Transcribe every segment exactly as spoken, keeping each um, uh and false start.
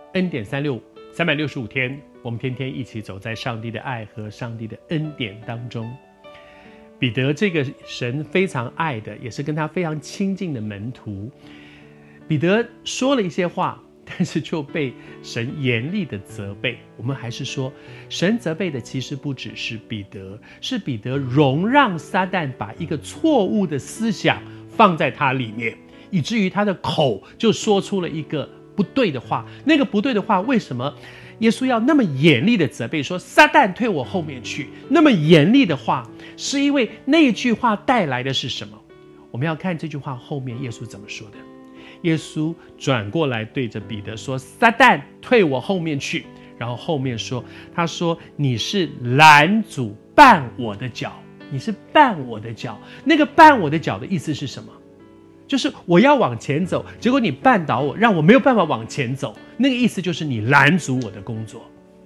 恩典三六五三百六十五天，我们天天一起走在上帝的爱和上帝的恩典当中。彼得这个神非常爱的，也是跟他非常亲近的门徒，彼得说了一些话，但是就被神严厉的责备。我们还是说，神责备的其实不只是彼得，是彼得容让撒旦把一个错误的思想放在他里面，以至于他的口就说出了一个不对的话。那个不对的话，为什么耶稣要那么严厉的责备，说撒旦退我后面去？那么严厉的话，是因为那句话带来的是什么？我们要看这句话后面耶稣怎么说的。耶稣转过来对着彼得说：撒旦退我后面去。然后后面说，他说你是拦阻绊我的脚，你是绊我的脚。那个绊我的脚的意思是什么？就是我要往前走，结果你绊倒我，让我没有办法往前走。那个意思就是你拦阻我的工作。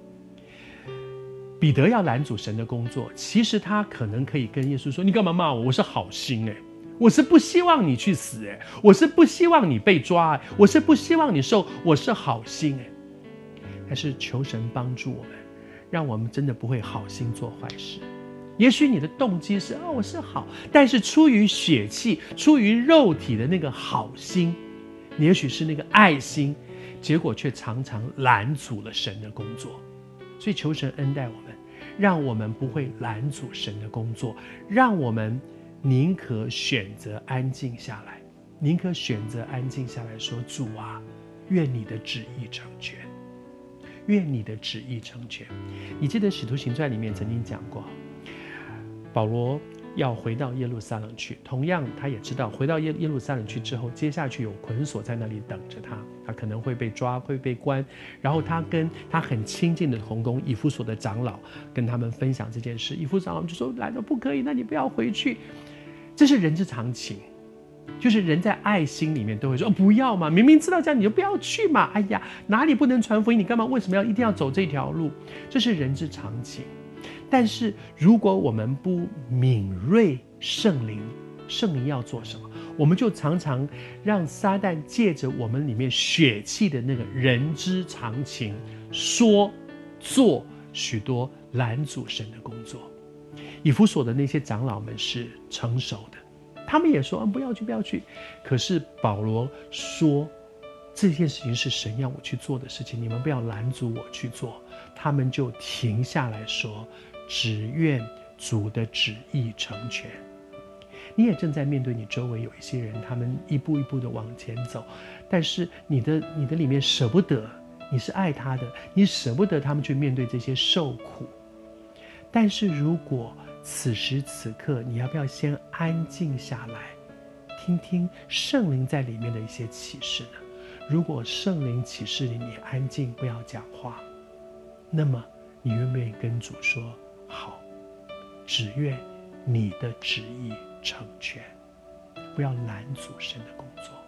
彼得要拦阻神的工作，其实他可能可以跟耶稣说：你干嘛骂我？我是好心哎，我是不希望你去死哎，我是不希望你被抓哎，我是不希望你受，我是好心哎。但是求神帮助我们，让我们真的不会好心做坏事。也许你的动机是啊、哦，我是好，但是出于血气、出于肉体的那个好心，你也许是那个爱心，结果却常常拦阻了神的工作。所以求神恩待我们，让我们不会拦阻神的工作，让我们宁可选择安静下来，宁可选择安静下来说：主啊，愿你的旨意成全，愿你的旨意成全。你记得使徒行传里面曾经讲过，保罗要回到耶路撒冷去，同样他也知道回到 耶, 耶路撒冷去之后，接下去有捆锁在那里等着他，他可能会被抓，会被关。然后他跟他很亲近的同工以弗所的长老跟他们分享这件事，以弗所长老就说：来了不可以，那你不要回去。这是人之常情，就是人在爱心里面都会说、哦、不要嘛，明明知道这样你就不要去嘛，哎呀，哪里不能传福音，你干嘛为什么要一定要走这条路？这是人之常情。但是如果我们不敏锐圣灵，圣灵要做什么，我们就常常让撒旦借着我们里面血气的那个人之常情，说做许多拦阻神的工作。以弗所的那些长老们是成熟的，他们也说、嗯、不要去不要去。可是保罗说这件事情是神要我去做的事情，你们不要拦阻我去做。他们就停下来说：只愿主的旨意成全。你也正在面对你周围有一些人，他们一步一步的往前走，但是你的你的里面舍不得，你是爱他的，你舍不得他们去面对这些受苦。但是如果此时此刻，你要不要先安静下来，听听圣灵在里面的一些启示呢？如果圣灵启示你，你安静不要讲话，那么你愿不愿意跟主说：好，只愿你的旨意成全，不要拦阻神的工作。